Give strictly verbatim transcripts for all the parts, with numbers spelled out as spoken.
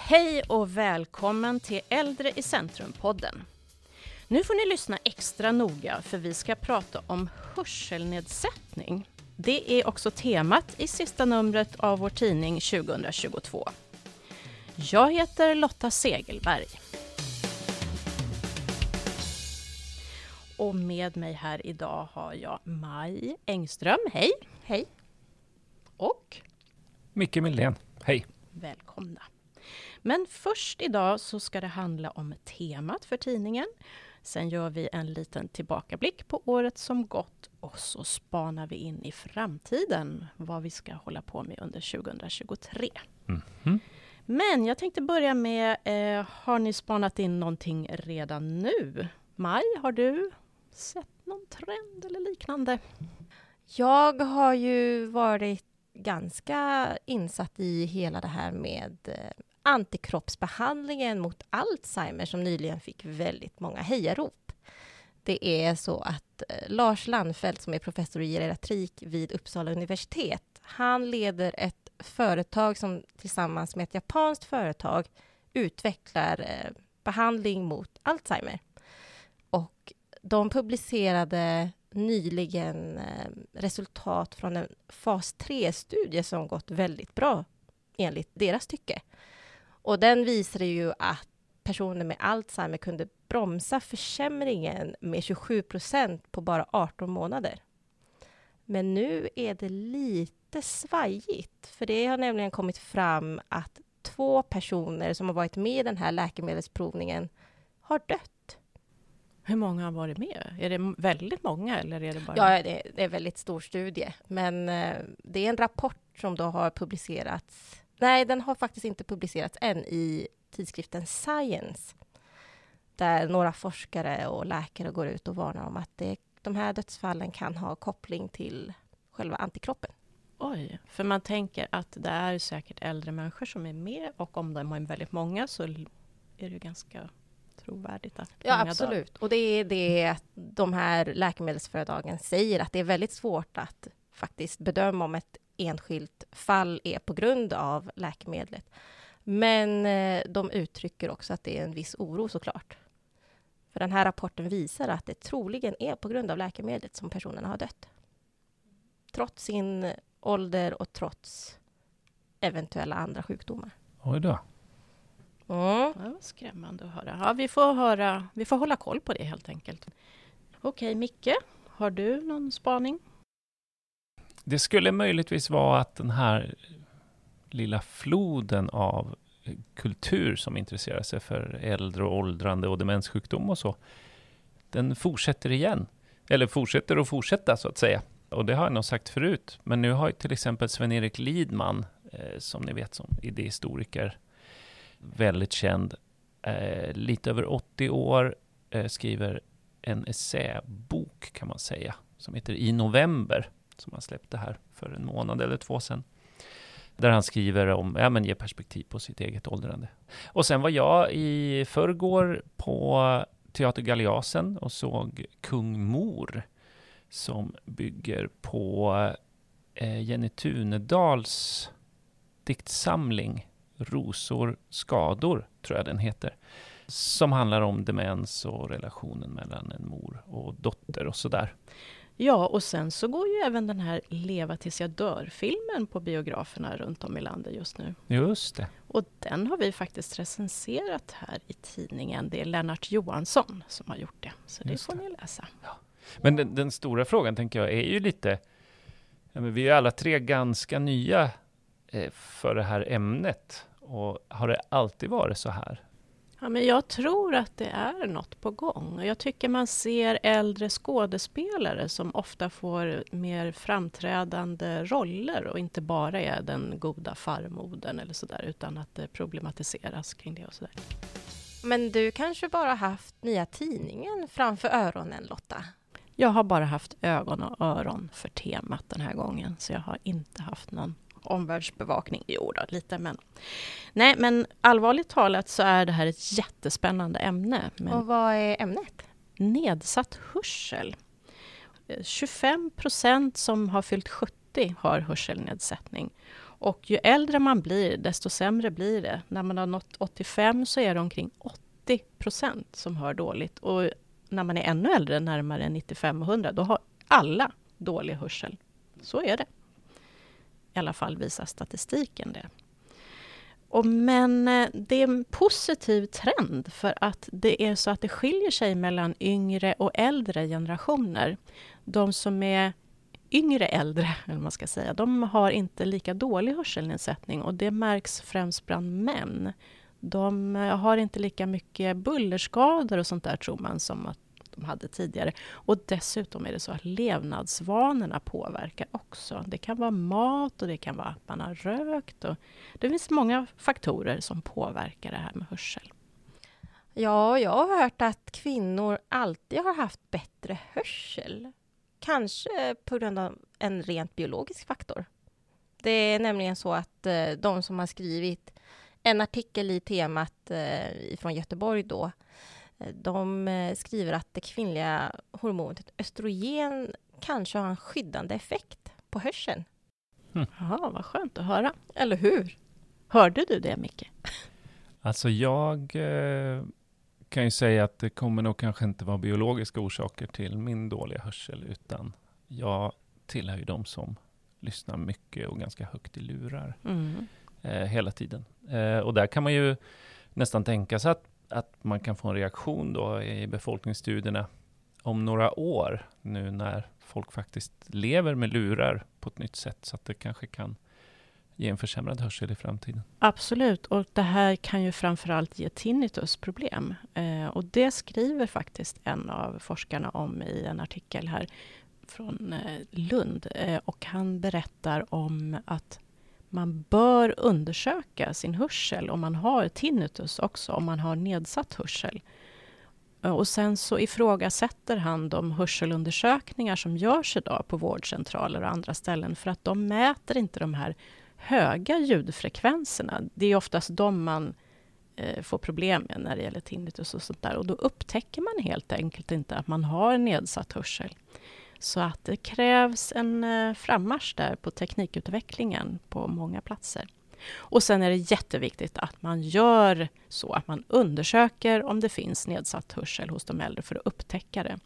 Hej och välkommen till Äldre i Centrum-podden. Nu får ni lyssna extra noga för vi ska prata om hörselnedsättning. Det är också temat i sista numret av vår tidning tjugohundratjugotvå. Jag heter Lotta Segelberg. Och med mig här idag har jag Maj Engström. Hej! Hej! Och Micke Milden. Hej! Välkomna! Men först idag så ska det handla om temat för tidningen. Sen gör vi en liten tillbakablick på året som gått och så spanar vi in i framtiden vad vi ska hålla på med under tjugohundratjugotre. Mm-hmm. Men jag tänkte börja med, eh, har ni spanat in någonting redan nu? Maj, har du sett någon trend eller liknande? Jag har ju varit ganska insatt i hela det här med eh, antikroppsbehandlingen mot Alzheimer som nyligen fick väldigt många hejarop. Det är så att eh, Lars Landfelt som är professor i geriatrik vid Uppsala universitet, han leder ett företag som tillsammans med ett japanskt företag utvecklar eh, behandling mot Alzheimer. Och de publicerade nyligen eh, resultat från en fas tre-studie som gått väldigt bra enligt deras tycke. Och den visade ju att personer med Alzheimer kunde bromsa försämringen med tjugosju procent på bara arton månader. Men nu är det lite svajigt, för det har nämligen kommit fram att två personer som har varit med i den här läkemedelsprovningen har dött. Hur många har varit med? Är det väldigt många eller är det bara... Ja, det är en väldigt stor studie. Men eh, det är en rapport som då har publicerats. Nej, den har faktiskt inte publicerats än i tidskriften Science. Där några forskare och läkare går ut och varnar om att det, de här dödsfallen kan ha koppling till själva antikroppen. Oj, för man tänker att det är säkert äldre människor som är med och om de är väldigt många så är det ju ganska... trovärdigt att ja, absolut. Dör. Och det är det att de här läkemedelsföretagen säger att det är väldigt svårt att faktiskt bedöma om ett enskilt fall är på grund av läkemedlet. Men eh, de uttrycker också att det är en viss oro såklart. För den här rapporten visar att det troligen är på grund av läkemedlet som personerna har dött. Trots sin ålder och trots eventuella andra sjukdomar. Oj då. Mm. Ja, skrämmande att höra. Ja, vi får höra. Vi får hålla koll på det helt enkelt. Okej, Micke, har du någon spaning? Det skulle möjligtvis vara att den här lilla floden av kultur som intresserar sig för äldre och åldrande och demenssjukdom och så, den fortsätter igen. Eller fortsätter att fortsätta så att säga. Och det har jag nog sagt förut. Men nu har till exempel Sven-Erik Lidman, eh, som ni vet som idéhistoriker, väldigt känd, eh, lite över åttio år, eh, skriver en essäbok kan man säga, som heter I november, som han släppte här för en månad eller två sedan. Där han skriver om, ja men ger perspektiv på sitt eget åldrande. Och sen var jag i förrgår på Teater Galeasen och såg Kung Mor, som bygger på eh, Jenny Tunedals diktsamling Rosor, skador, tror jag den heter. Som handlar om demens och relationen mellan en mor och dotter och sådär. Ja, och sen så går ju även den här Leva tills jag dör-filmen på biograferna runt om i landet just nu. Just det. Och den har vi faktiskt recenserat här i tidningen. Det är Lennart Johansson som har gjort det. Så det just får det. ni läsa. Ja. Men den, den stora frågan tänker jag är ju lite... Ja, men vi är alla tre ganska nya för det här ämnet. Och har det alltid varit så här? Ja, men jag tror att det är något på gång. Och jag tycker man ser äldre skådespelare som ofta får mer framträdande roller och inte bara är den goda farmodern eller sådär, utan att det problematiseras kring det och sådär. Men du kanske bara haft nya tidningen framför öronen, Lotta? Jag har bara haft ögon och öron för temat den här gången, så jag har inte haft någon omvärldsbevakning. Jo då, lite, men... Nej, men allvarligt talat så är det här ett jättespännande ämne. Men och vad är ämnet? Nedsatt hörsel. tjugofem procent som har fyllt sjuttio har hörselnedsättning. Och ju äldre man blir, desto sämre blir det. När man har nått åttiofem så är det omkring åttio procent som hör dåligt. Och när man är ännu äldre, närmare nittiofem och hundra, då har alla dålig hörsel. Så är det. I alla fall visar statistiken det. Och men det är en positiv trend för att det är så att det skiljer sig mellan yngre och äldre generationer. De som är yngre äldre, eller man ska säga, de har inte lika dålig hörselnedsättning och det märks främst bland män. De har inte lika mycket bullerskador och sånt där tror man som att de hade tidigare. Och dessutom är det så att levnadsvanorna påverkar också. Det kan vara mat och det kan vara att man har rökt. Och det finns många faktorer som påverkar det här med hörsel. Ja, jag har hört att kvinnor alltid har haft bättre hörsel. Kanske på grund av en rent biologisk faktor. Det är nämligen så att eh, de som har skrivit en artikel i temat eh, från Göteborg då, de eh, skriver att det kvinnliga hormonet östrogen kanske har en skyddande effekt på hörseln. Mm. Ja, vad skönt att höra. Eller hur? Hörde du det, Micke? Alltså jag eh, kan ju säga att det kommer nog kanske inte vara biologiska orsaker till min dåliga hörsel, utan jag tillhör ju de som lyssnar mycket och ganska högt i lurar mm. eh, hela tiden. Eh, och där kan man ju nästan tänka sig att, att man kan få en reaktion då i befolkningsstudierna om några år, nu när folk faktiskt lever med lurar på ett nytt sätt, så att det kanske kan ge en försämrad hörsel i framtiden. Absolut, och det här kan ju framförallt ge tinnitusproblem. Eh, och det skriver faktiskt en av forskarna om i en artikel här från eh, Lund. Eh, och han berättar om att man bör undersöka sin hörsel om man har tinnitus också, om man har nedsatt hörsel. Eh, och sen så ifrågasätter han de hörselundersökningar som görs idag på vårdcentraler och andra ställen, för att de mäter inte de här höga ljudfrekvenserna. Det är oftast de man eh, får problem med när det gäller tinnitus och sånt där. Och då upptäcker man helt enkelt inte att man har nedsatt hörsel. Så att det krävs en eh, frammarsch där på teknikutvecklingen på många platser. Och sen är det jätteviktigt att man gör så att man undersöker om det finns nedsatt hörsel hos de äldre för att upptäcka det.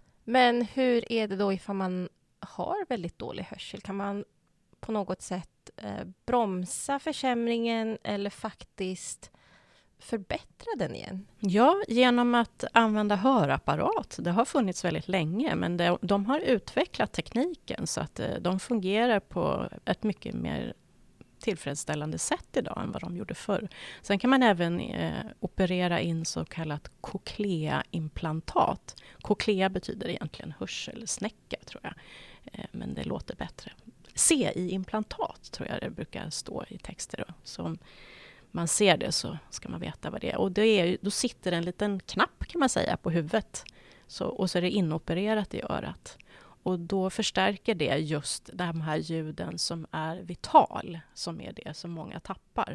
Men hur är det då ifall man har väldigt dålig hörsel? Kan man på något sätt eh, bromsa försämringen eller faktiskt förbättra den igen? Ja, genom att använda hörapparat. Det har funnits väldigt länge, men det, de har utvecklat tekniken så att eh, de fungerar på ett mycket mer tillfredsställande sätt idag än vad de gjorde förr. Sen kan man även eh, operera in så kallat cochlea-implantat. Cochlea betyder egentligen hörselsnäcka, tror jag. Eh, men det låter bättre. C I-implantat tror jag det brukar stå i texter. Då. Så om man ser det så ska man veta vad det är. Och det är, då sitter en liten knapp kan man säga på huvudet. Så, och så är det inopererat i örat. Och då förstärker det just de här ljuden som är vital, som är det som många tappar.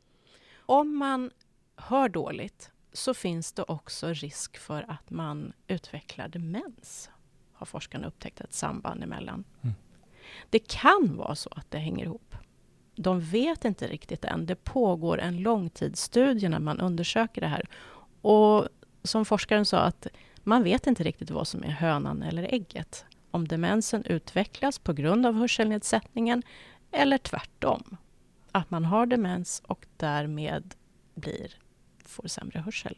Om man hör dåligt så finns det också risk för att man utvecklar demens. Har forskarna upptäckt ett samband emellan. Mm. Det kan vara så att det hänger ihop. De vet inte riktigt än. Det pågår en långtidsstudie när man undersöker det här. Och som forskaren sa att man vet inte riktigt vad som är hönan eller ägget. Om demensen utvecklas på grund av hörselnedsättningen eller tvärtom. Att man har demens och därmed blir, får sämre hörsel.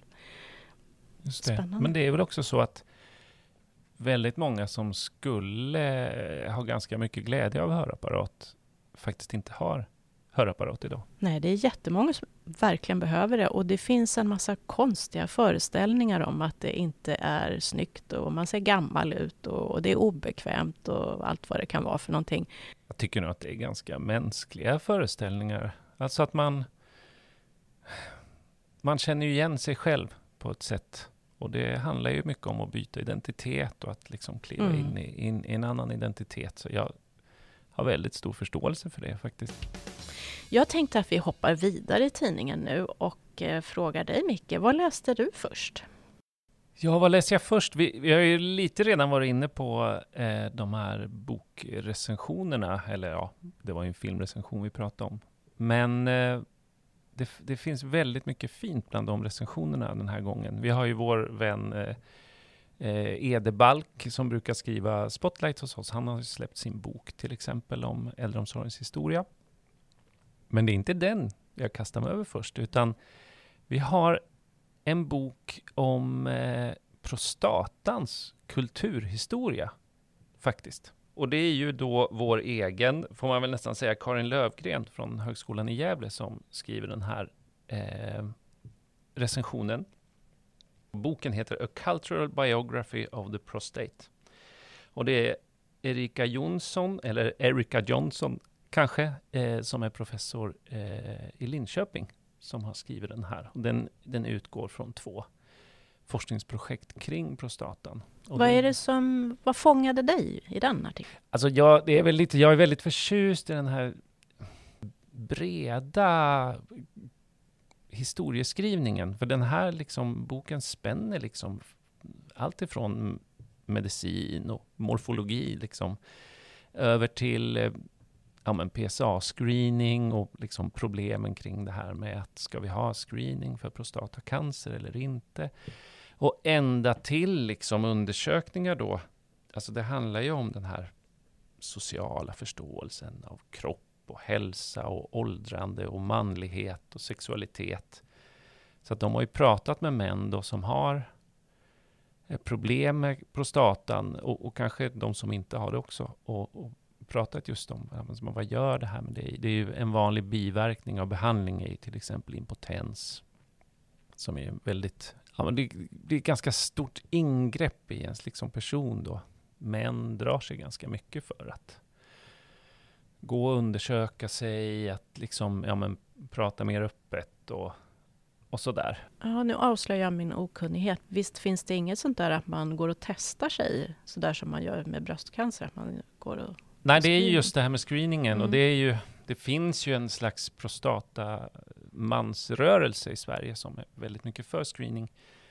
Just det. Men det är väl också så att väldigt många som skulle ha ganska mycket glädje av hörapparat faktiskt inte har hörapparat idag. Nej, det är jättemånga som verkligen behöver det. Och det finns en massa konstiga föreställningar om att det inte är snyggt och man ser gammal ut och, och det är obekvämt och allt vad det kan vara för någonting. Jag tycker nog att det är ganska mänskliga föreställningar. Alltså att man man känner ju igen sig själv på ett sätt. Och det handlar ju mycket om att byta identitet och att liksom kliva mm. in, i, in i en annan identitet. Så jag har väldigt stor förståelse för det faktiskt. Jag tänkte att vi hoppar vidare i tidningen nu och eh, frågar dig Micke, vad läste du först? Ja, vad läser jag först? Vi, vi har ju lite redan varit inne på eh, de här bokrecensionerna. Eller ja, det var ju en filmrecension vi pratade om. Men eh, det, det finns väldigt mycket fint bland de recensionerna den här gången. Vi har ju vår vän eh, eh, Edebalk som brukar skriva Spotlight hos oss. Han har ju släppt sin bok till exempel om äldreomsorgens historia. Men det är inte den jag kastar mig över först, utan vi har en bok om eh, prostatans kulturhistoria, faktiskt. Och det är ju då vår egen, får man väl nästan säga, Karin Lövgren från Högskolan i Gävle som skriver den här eh, recensionen. Boken heter A Cultural Biography of the Prostate. Och det är Erika Jonsson, eller Erika Johnson kanske, eh, som är professor eh, i Linköping, som har skrivit den här. Och den, den utgår från två forskningsprojekt kring prostatan. Och vad det, är det som, vad fångade dig i den artikeln? Alltså jag, det är väl lite, jag är väldigt förtjust i den här breda historieskrivningen. För den här liksom, boken spänner liksom allt ifrån medicin och morfologi liksom, över till ja, men P S A-screening och liksom problemen kring det här med att ska vi ha screening för prostatacancer eller inte. Och ända till liksom undersökningar då. Alltså det handlar ju om den här sociala förståelsen av kropp och hälsa och åldrande och manlighet och sexualitet. Så att de har ju pratat med män då som har problem med prostatan och, och kanske de som inte har det också. Och, och pratat just om vad gör det här med det. Det är ju en vanlig biverkning av behandling i till exempel impotens. Som är väldigt, ja, men det, det är ett ganska stort ingrepp i ens liksom person då. Män drar sig ganska mycket för att gå och undersöka sig, att liksom, ja, men, prata mer öppet och, och sådär. Ja, nu avslöjar jag min okunnighet. Visst finns det inget sånt där att man går och testar sig så där som man gör med bröstcancer, att man går och Nej, det är ju just det här med screeningen. Mm. Och det är ju, det finns ju en slags prostata-mansrörelse i Sverige som är väldigt mycket för screening.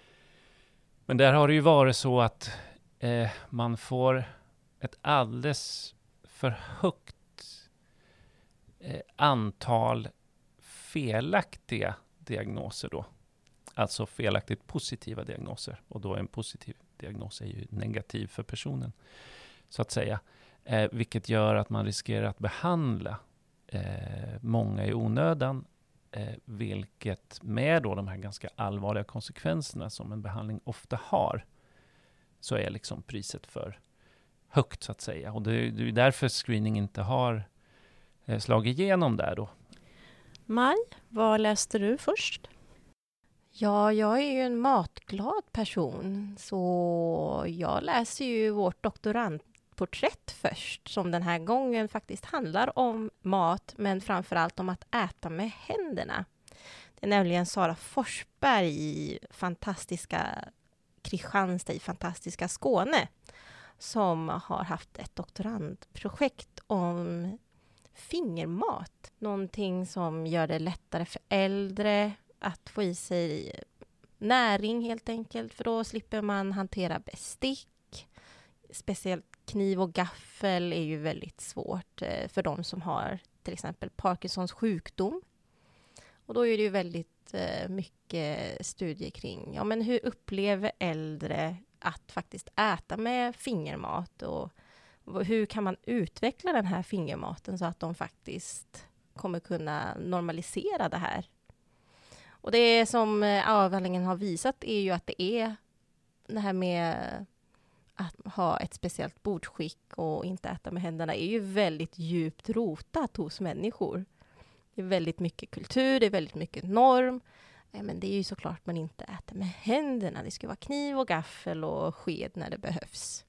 Men där har det ju varit så att eh, man får ett alldeles för högt eh, antal felaktiga diagnoser då. Alltså felaktigt positiva diagnoser. Och då är en positiv diagnos är ju negativ för personen, så att säga. Eh, vilket gör att man riskerar att behandla eh, många i onödan. Eh, vilket med då de här ganska allvarliga konsekvenserna som en behandling ofta har, så är liksom priset för högt, så att säga. Och det, det är därför screening inte har eh, slagit igenom där då. Maj, vad läste du först? Ja, jag är ju en matglad person, så jag läser ju vårt doktorandporträtt först, som den här gången faktiskt handlar om mat, men framförallt om att äta med händerna. Det är nämligen Sara Forsberg i fantastiska Kristianstad i fantastiska Skåne som har haft ett doktorandprojekt om fingermat. Någonting som gör det lättare för äldre att få i sig näring helt enkelt, för då slipper man hantera bestick. Speciellt kniv och gaffel är ju väldigt svårt för de som har till exempel Parkinsons sjukdom. Och då är det ju väldigt mycket studier kring, ja, men hur upplever äldre att faktiskt äta med fingermat, och hur kan man utveckla den här fingermaten så att de faktiskt kommer kunna normalisera det här. Och det som avhandlingen har visat är ju att det är det här med att ha ett speciellt bordsskick och inte äta med händerna är ju väldigt djupt rotat hos människor. Det är väldigt mycket kultur, det är väldigt mycket norm. Men det är ju såklart man inte äter med händerna. Det ska vara kniv och gaffel och sked när det behövs.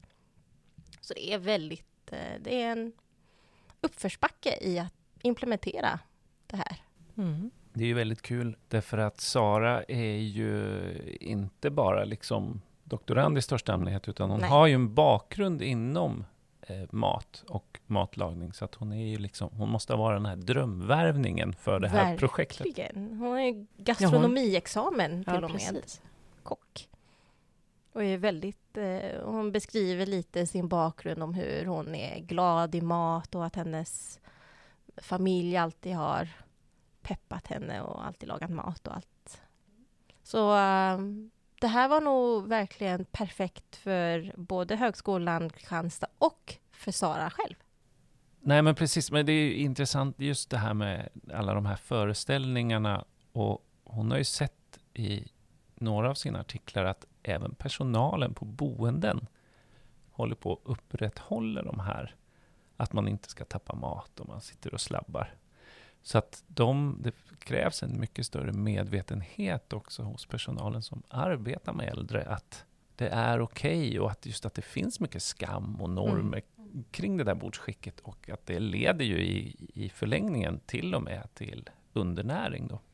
Så det är väldigt, det är en uppförsbacke i att implementera det här. Mm. Det är ju väldigt kul därför att Sara är ju inte bara liksom doktorand i största allmänhet, utan hon Nej. har ju en bakgrund inom eh, mat och matlagning, så att hon är ju liksom, hon måste vara den här drömvärvningen för det här Verkligen. projektet. Hon har ju gastronomiexamen till ja, och med. Precis. Kock. Och är väldigt, eh, hon beskriver lite sin bakgrund om hur hon är glad i mat och att hennes familj alltid har peppat henne och alltid lagat mat och allt. Så eh, det här var nog verkligen perfekt för både Högskolan Kristianstad och för Sara själv. Nej, men precis. Men det är ju intressant just det här med alla de här föreställningarna. Och hon har ju sett i några av sina artiklar att även personalen på boenden håller på att upprätthålla de här. Att man inte ska tappa mat om man sitter och slabbar. Så att de, det krävs en mycket större medvetenhet också hos personalen som arbetar med äldre. Att det är okej okay och att just att det finns mycket skam och normer mm. kring det där bordsskicket. Och att det leder ju i, i förlängningen till och med till undernäring då.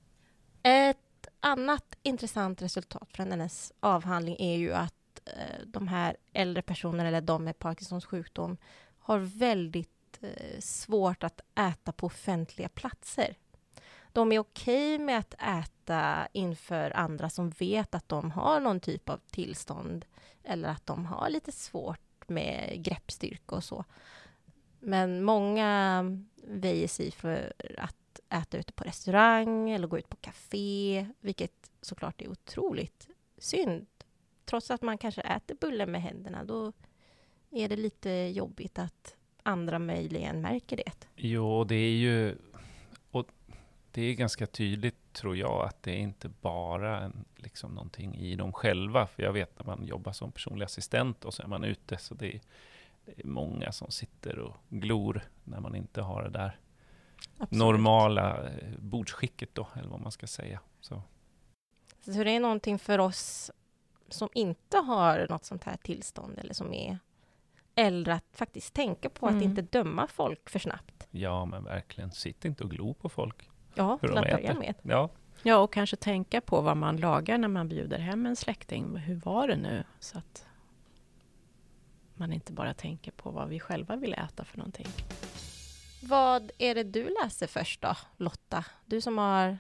Ett annat intressant resultat från hennes avhandling är ju att eh, de här äldre personerna eller de med Parkinsons sjukdom har väldigt eh, svårt att äta på offentliga platser. De är okej med att äta inför andra som vet att de har någon typ av tillstånd eller att de har lite svårt med greppstyrka och så. Men många väjer sig för att äta ute på restaurang eller gå ut på café, vilket såklart är otroligt synd. Trots att man kanske äter bullen med händerna, då är det lite jobbigt att andra möjligen märker det. Jo, det är ju och det är ganska tydligt tror jag att det är inte bara en, liksom någonting i dem själva. För jag vet när man jobbar som personlig assistent och så är man ute så det är, det är många som sitter och glor när man inte har det där Absolut. normala bordsskicket då, eller vad man ska säga. Så. så det är någonting för oss som inte har något sånt här tillstånd eller som är äldre att faktiskt tänka på mm. att inte döma folk för snabbt. Ja, men verkligen. Sitt inte och glo på folk. Ja, till att börja med. Ja. ja, och kanske tänka på vad man lagar när man bjuder hem en släkting. Hur var det nu? Så att man inte bara tänker på vad vi själva vill äta för någonting. Vad är det du läser först då, Lotta? Du som har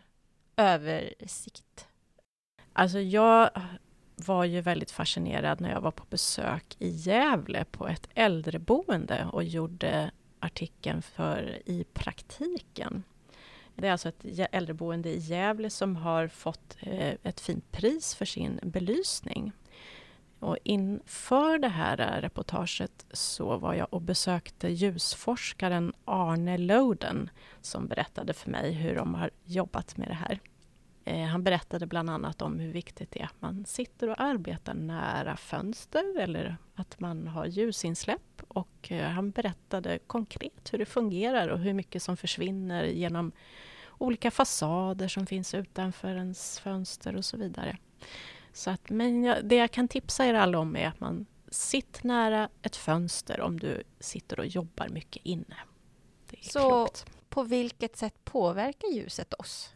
översikt. Alltså jag var ju väldigt fascinerad när jag var på besök i Gävle på ett äldreboende och gjorde artikeln för I praktiken. Det är alltså ett äldreboende i Gävle som har fått ett fint pris för sin belysning. Och inför det här reportaget så var jag och besökte ljusforskaren Arne Loden som berättade för mig hur de har jobbat med det här. Eh, han berättade bland annat om hur viktigt det är att man sitter och arbetar nära fönster eller att man har ljusinsläpp. Och eh, han berättade konkret hur det fungerar och hur mycket som försvinner genom olika fasader som finns utanför ens fönster och så vidare. Så att, men jag, det jag kan tipsa er alla om är att man sitter nära ett fönster om du sitter och jobbar mycket inne. Det är så klokt. På vilket sätt påverkar ljuset oss?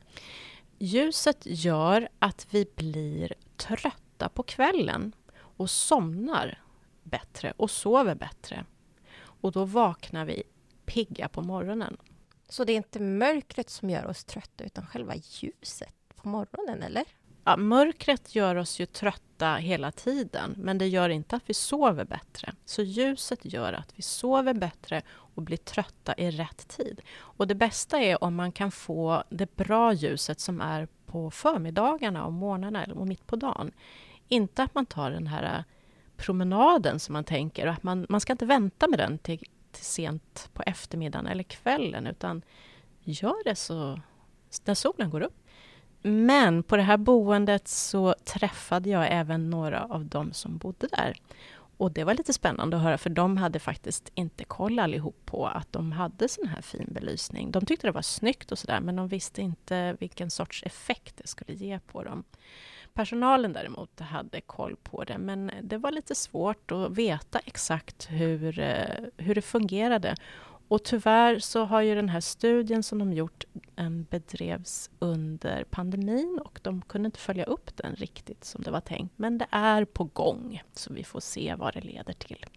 Ljuset gör att vi blir trötta på kvällen och somnar bättre och sover bättre. Och då vaknar vi pigga på morgonen. Så det är inte mörkret som gör oss trötta utan själva ljuset på morgonen, eller? Ja, mörkret gör oss ju trötta hela tiden, men det gör inte att vi sover bättre. Så ljuset gör att vi sover bättre och blir trötta i rätt tid. Och det bästa är om man kan få det bra ljuset som är på förmiddagarna och morgnarna eller mitt på dagen. Inte att man tar den här promenaden som man tänker, och att man, man ska inte vänta med den till, till sent på eftermiddagen eller kvällen, utan gör det så när solen går upp. Men på det här boendet så träffade jag även några av dem som bodde där. Och det var lite spännande att höra, för de hade faktiskt inte koll allihop på att de hade sån här fin belysning. De tyckte det var snyggt och sådär, men de visste inte vilken sorts effekt det skulle ge på dem. Personalen däremot hade koll på det, men det var lite svårt att veta exakt hur, hur det fungerade. Och tyvärr så har ju den här studien som de gjort en bedrevs under pandemin och de kunde inte följa upp den riktigt som det var tänkt. Men det är på gång, så vi får se vad det leder till.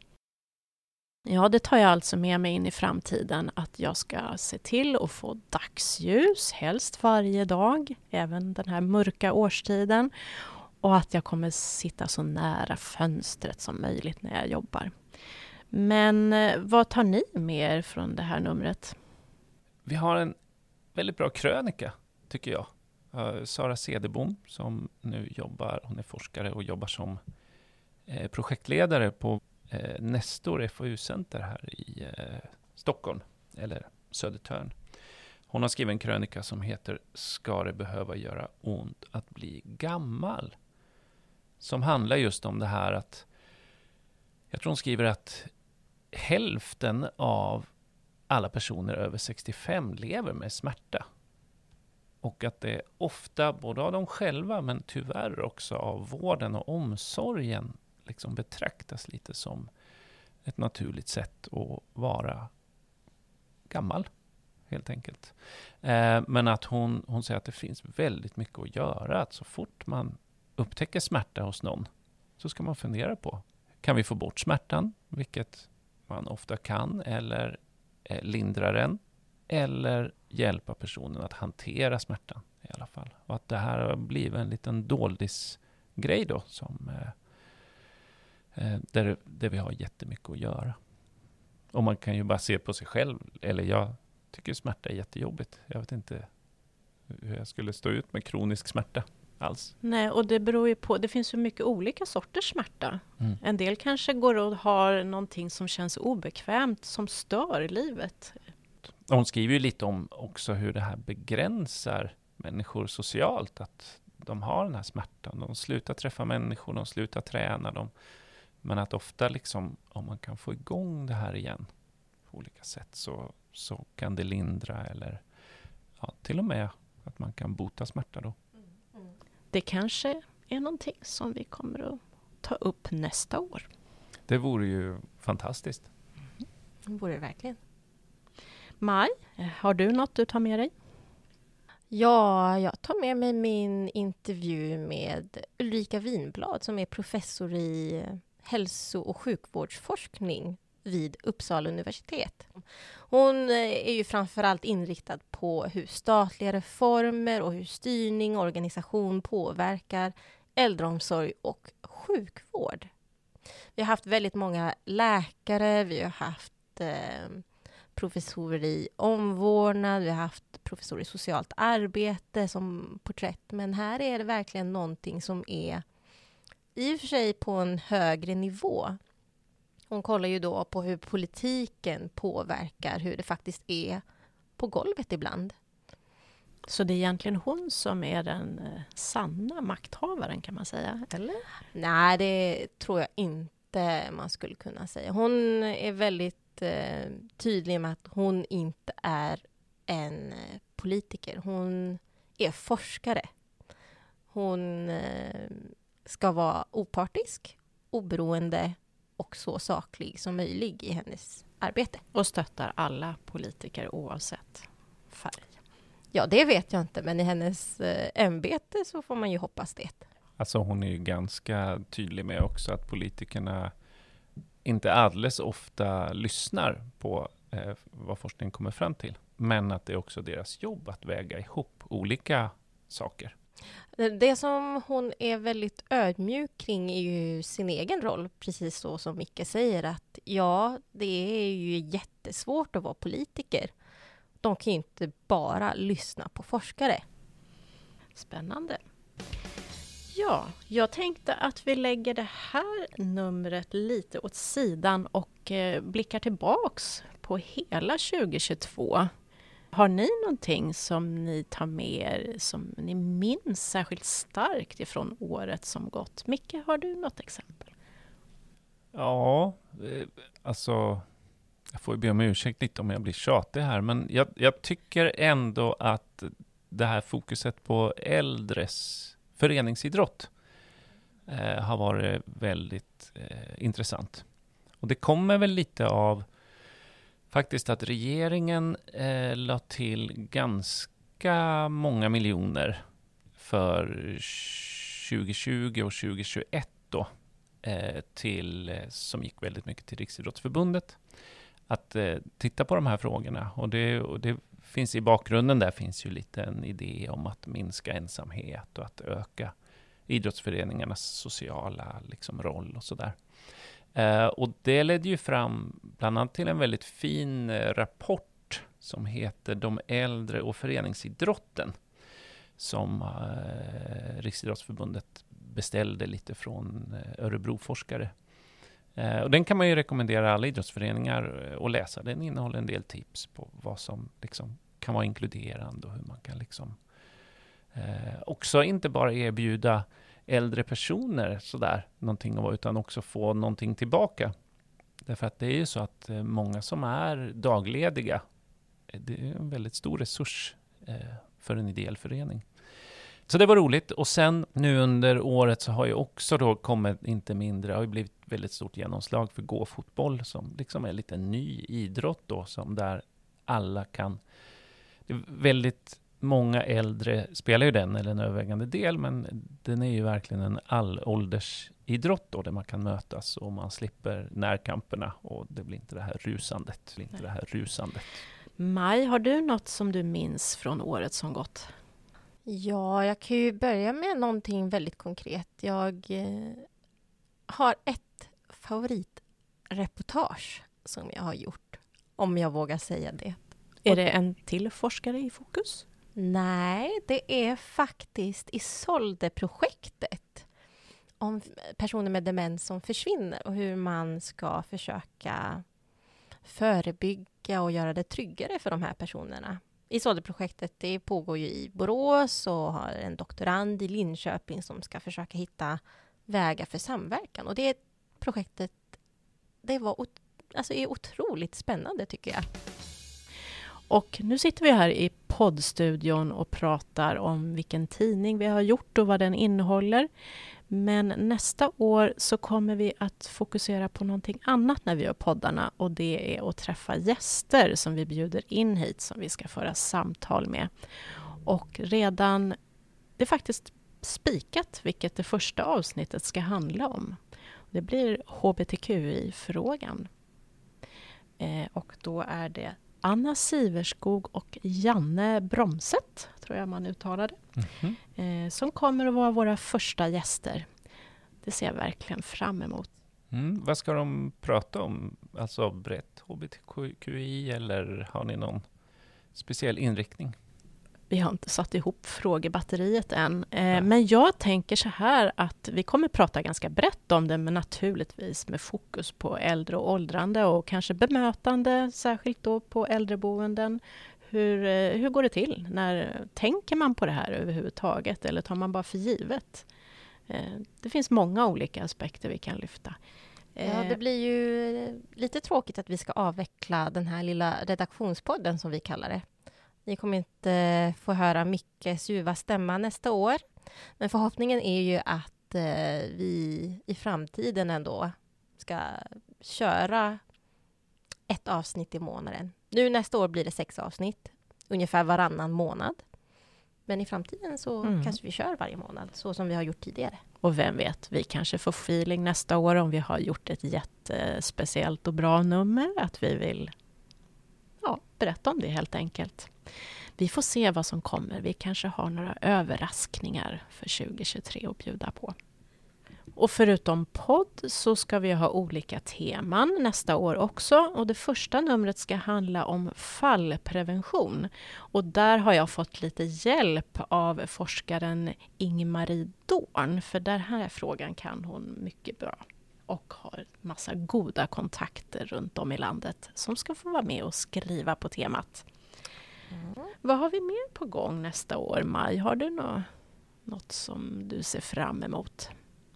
Ja, det tar jag alltså med mig in i framtiden, att jag ska se till att få dagsljus, helst varje dag, även den här mörka årstiden. och att jag kommer sitta så nära fönstret som möjligt när jag jobbar. Men eh, vad tar ni med er från det här numret? Vi har en väldigt bra krönika, tycker jag. Uh, Sara Cederbom som nu jobbar, hon är forskare och jobbar som eh, projektledare på eh, Nestor F O U-center här i eh, Stockholm, eller Södertörn. Hon har skrivit en krönika som heter Ska det behöva göra ont att bli gammal? Som handlar just om det här att, jag tror hon skriver att hälften av alla personer över sextiofem lever med smärta. Och att det ofta, både av dem själva men tyvärr också av vården och omsorgen, liksom betraktas lite som ett naturligt sätt att vara gammal, helt enkelt. Eh, men att hon, hon säger att det finns väldigt mycket att göra. Att så fort man upptäcker smärta hos någon så ska man fundera på, kan vi få bort smärtan? Vilket man ofta kan, eller eh, lindra den. Eller hjälpa personen att hantera smärtan i alla fall. Och att det här har blivit en liten doldisgrej då. Som, eh, eh, där, där vi har jättemycket att göra. Och man kan ju bara se på sig själv. Eller jag tycker smärta är jättejobbigt. Jag vet inte hur jag skulle stå ut med kronisk smärta alls. Nej, och det beror ju på, det finns ju mycket olika sorters smärta. Mm. En del kanske går och har någonting som känns obekvämt, som stör livet. Hon skriver ju lite om också hur det här begränsar människor socialt. Att de har den här smärtan. De slutar träffa människor, de slutar träna dem. Men att ofta liksom, om man kan få igång det här igen på olika sätt så, så kan det lindra eller ja, till och med att man kan bota smärta då. Det kanske är någonting som vi kommer att ta upp nästa år. Det vore ju fantastiskt. Det vore det verkligen. Maj, har du något du tar med dig? Ja, jag tar med mig min intervju med Ulrika Winblad som är professor i hälso- och sjukvårdsforskning vid Uppsala universitet. Hon är ju framförallt inriktad på hur statliga reformer och hur styrning och organisation påverkar äldreomsorg och sjukvård. Vi har haft väldigt många läkare, vi har haft eh, professorer i omvårdnad, vi har haft professorer i socialt arbete som porträtt. Men här är det verkligen någonting som är i och för sig på en högre nivå. Hon kollar ju då på hur politiken påverkar hur det faktiskt är på golvet ibland. Så det är egentligen hon som är den eh, sanna makthavaren, kan man säga, eller? Nej, det tror jag inte man skulle kunna säga. Hon är väldigt eh, tydlig med att hon inte är en eh, politiker. Hon är forskare. Hon eh, ska vara opartisk, oberoende och så saklig som möjligt i hennes arbete. Och stöttar alla politiker oavsett färg. Ja, det vet jag inte, men i hennes eh, ämbete så får man ju hoppas det. Alltså hon är ju ganska tydlig med också att politikerna inte alldeles ofta lyssnar på eh, vad forskningen kommer fram till. Men att det är också deras jobb att väga ihop olika saker. Det som hon är väldigt ödmjuk kring är ju sin egen roll, precis så som Micke säger, att ja, det är ju jättesvårt att vara politiker. De kan ju inte bara lyssna på forskare. Spännande. Ja, jag tänkte att vi lägger det här numret lite åt sidan och eh, blickar tillbaks på hela tjugo tjugotvå. Har ni någonting som ni tar med er som ni minns särskilt starkt ifrån året som gått? Micke, har du något exempel? Ja, alltså jag får ju be om ursäkt lite om jag blir tjatig här, men jag, jag tycker ändå att det här fokuset på äldres föreningsidrott eh, har varit väldigt eh, intressant. Och det kommer väl lite av faktiskt att regeringen eh, la till ganska många miljoner för tjugo tjugo och tjugo tjugoett då, eh, till, eh, som gick väldigt mycket till Riksidrottsförbundet. Att eh, titta på de här frågorna. Och det, och det finns i bakgrunden där finns ju lite en idé om att minska ensamhet och att öka idrottsföreningarnas sociala liksom, roll och sådär. Eh, och det ledde ju fram bland annat till en väldigt fin eh, rapport som heter De äldre och föreningsidrotten, som eh, Riksidrottsförbundet beställde lite från eh, Örebroforskare. Eh, och den kan man ju rekommendera alla idrottsföreningar att läsa. Den innehåller en del tips på vad som liksom kan vara inkluderande och hur man kan liksom eh, också inte bara erbjuda äldre personer sådär någonting att vara, utan också få någonting tillbaka. Därför att det är ju så att eh, många som är daglediga, det är en väldigt stor resurs eh, för en ideell förening. Så det var roligt. Och sen nu under året så har ju också då kommit inte mindre, har ju blivit väldigt stort genomslag för gåfotboll, som liksom är lite ny idrott då, som där alla kan, det är väldigt många äldre spelar ju den, eller en övervägande del, men den är ju verkligen en allåldersidrott då, där man kan mötas och man slipper närkamperna och det blir inte det här rusandet. Det blir inte det här rusandet. Maj, har du något som du minns från året som gått? Ja, jag kan ju börja med någonting väldigt konkret. Jag eh, har ett favoritreportage som jag har gjort, om jag vågar säga det. Är det en till forskare i fokus? Nej, det är faktiskt Isolde-projektet om personer med demens som försvinner och hur man ska försöka förebygga och göra det tryggare för de här personerna. Isolde-projektet det pågår ju i Borås och har en doktorand i Linköping som ska försöka hitta vägar för samverkan. Och det projektet det var ot- alltså är otroligt spännande tycker jag. Och nu sitter vi här i poddstudion och pratar om vilken tidning vi har gjort och vad den innehåller. Men nästa år så kommer vi att fokusera på någonting annat när vi gör poddarna, och det är att träffa gäster som vi bjuder in hit som vi ska föra samtal med. Och redan, det är faktiskt spikat vilket det första avsnittet ska handla om. Det blir H B T Q I-frågan. Eh, och då är det Anna Siverskog och Janne Bromset, tror jag man uttalade, mm-hmm. eh, som kommer att vara våra första gäster. Det ser jag verkligen fram emot. Mm, vad ska de prata om? Alltså brett H B T Q I, eller har ni någon speciell inriktning? Vi har inte satt ihop frågebatteriet än. Eh, men jag tänker så här att vi kommer prata ganska brett om det, men naturligtvis med fokus på äldre och åldrande och kanske bemötande, särskilt då på äldreboenden. Hur, eh, hur går det till? När tänker man på det här överhuvudtaget, eller tar man bara för givet? Eh, det finns många olika aspekter vi kan lyfta. Ja, det blir ju lite tråkigt att vi ska avveckla den här lilla redaktionspodden som vi kallar det. Ni kommer inte få höra Mickes ljuva stämma nästa år. Men förhoppningen är ju att eh, vi i framtiden ändå ska köra ett avsnitt i månaden. Nu nästa år blir det sex avsnitt, ungefär varannan månad. Men i framtiden så mm. kanske vi kör varje månad, så som vi har gjort tidigare. Och vem vet, vi kanske får feeling nästa år om vi har gjort ett jättespeciellt och bra nummer. Att vi vill ja, berätta om det helt enkelt. Vi får se vad som kommer. Vi kanske har några överraskningar för tjugo tjugotre att bjuda på. Och förutom podd så ska vi ha olika teman nästa år också. Och det första numret ska handla om fallprevention. Och där har jag fått lite hjälp av forskaren Ingmarie Dorn. För den här frågan kan hon mycket bra. Och har massa goda kontakter runt om i landet som ska få vara med och skriva på temat. Mm. Vad har vi mer på gång nästa år, Maj? Har du nå- något som du ser fram emot?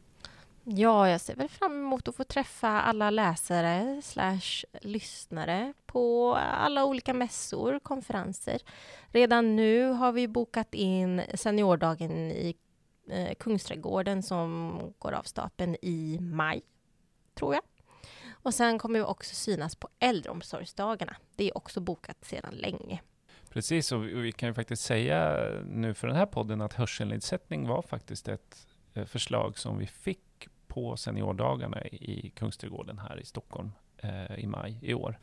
Ja, jag ser väl fram emot att få träffa alla läsare slash lyssnare på alla olika mässor, konferenser. Redan nu har vi bokat in seniordagen i eh, Kungsträdgården som går av stapeln i maj, tror jag. Och sen kommer vi också synas på äldreomsorgsdagarna. Det är också bokat sedan länge. Precis, och vi kan ju faktiskt säga nu för den här podden att hörselnedsättning var faktiskt ett förslag som vi fick på seniordagarna i Kungsträdgården här i Stockholm eh, i maj i år.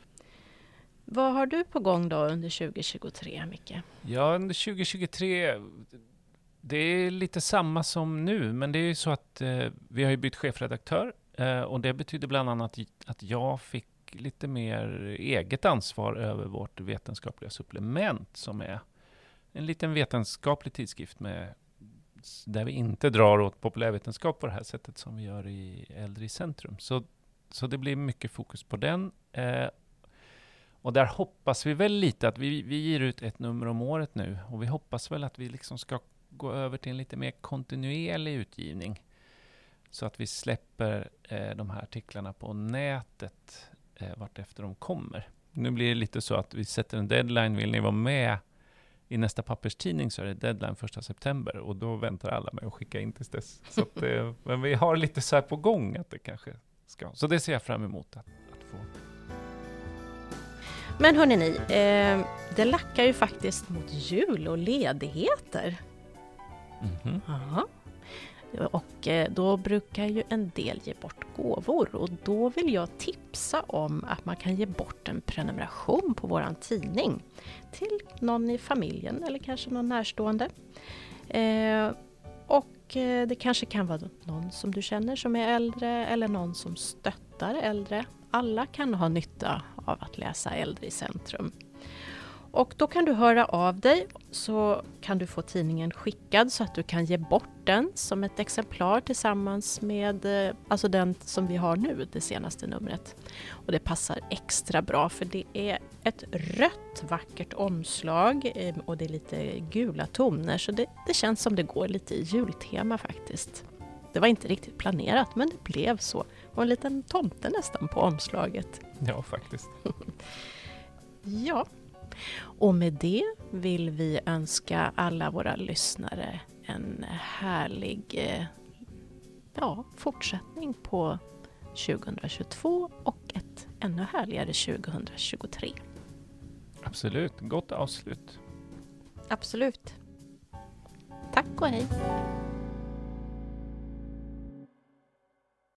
Vad har du på gång då under tjugo tjugotre, Micke? Ja, under tjugo tjugotre Det är lite samma som nu, men det är ju så att eh, vi har ju bytt chefredaktör eh, och det betyder bland annat att jag fick lite mer eget ansvar över vårt vetenskapliga supplement som är en liten vetenskaplig tidskrift med, där vi inte drar åt populärvetenskap på det här sättet som vi gör i Äldre i centrum. Så, så det blir mycket fokus på den. Eh, och där hoppas vi väl lite att vi, vi ger ut ett nummer om året nu och vi hoppas väl att vi liksom ska gå över till en lite mer kontinuerlig utgivning så att vi släpper eh, de här artiklarna på nätet eh, vart efter de kommer. Nu blir det lite så att vi sätter en deadline. Vill ni vara med i nästa papperstidning så är det deadline första september och då väntar alla med att skicka in till dess. Så att, eh, men vi har lite så här på gång att det kanske ska. Så det ser jag fram emot att, att få. Men hörni ni, eh, det lackar ju faktiskt mot jul och ledigheter. Mm-hmm. Aha. Och eh, då brukar ju en del ge bort gåvor och då vill jag tipsa om att man kan ge bort en prenumeration på våran tidning till någon i familjen eller kanske någon närstående. Eh, och eh, det kanske kan vara någon som du känner som är äldre eller någon som stöttar äldre. Alla kan ha nytta av att läsa Äldre i centrum. Och då kan du höra av dig så kan du få tidningen skickad så att du kan ge bort den som ett exemplar tillsammans med alltså den som vi har nu, det senaste numret. Och det passar extra bra för det är ett rött vackert omslag och det är lite gula toner så det, det känns som det går lite i jultema faktiskt. Det var inte riktigt planerat men det blev så. Och en liten tomte nästan på omslaget. Ja, faktiskt. Ja. Och med det vill vi önska alla våra lyssnare en härlig ja, fortsättning på tjugohundratjugotvå och ett ännu härligare tjugohundratjugotre. Absolut, gott avslut. Absolut. Tack och hej.